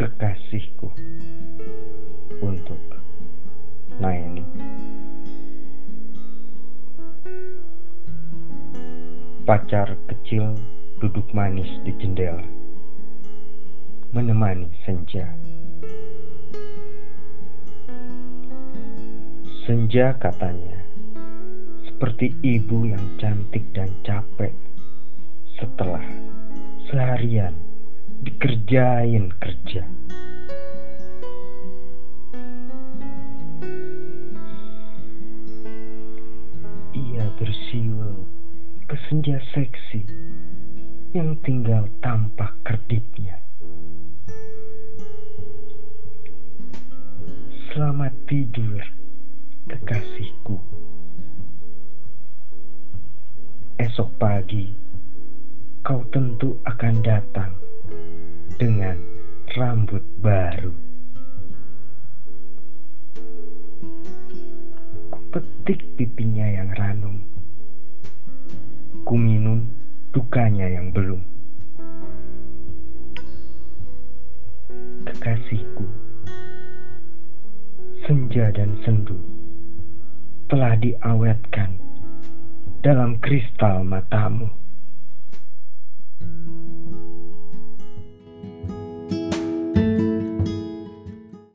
Kekasihku, untuk Naeni. Pacar kecil duduk manis di jendela, menemani senja. Senja, katanya, seperti ibu yang cantik dan capek setelah seharian dikerjain kerja. Ia bersiul ke senja seksi yang tinggal tampak kerdipnya. Selamat tidur, kekasihku. Esok pagi kau tentu akan datang dengan rambut baru. Kupetik pipinya yang ranum, ku minum dukanya yang belum. Kekasihku, senja dan sendu telah diawetkan dalam kristal matamu.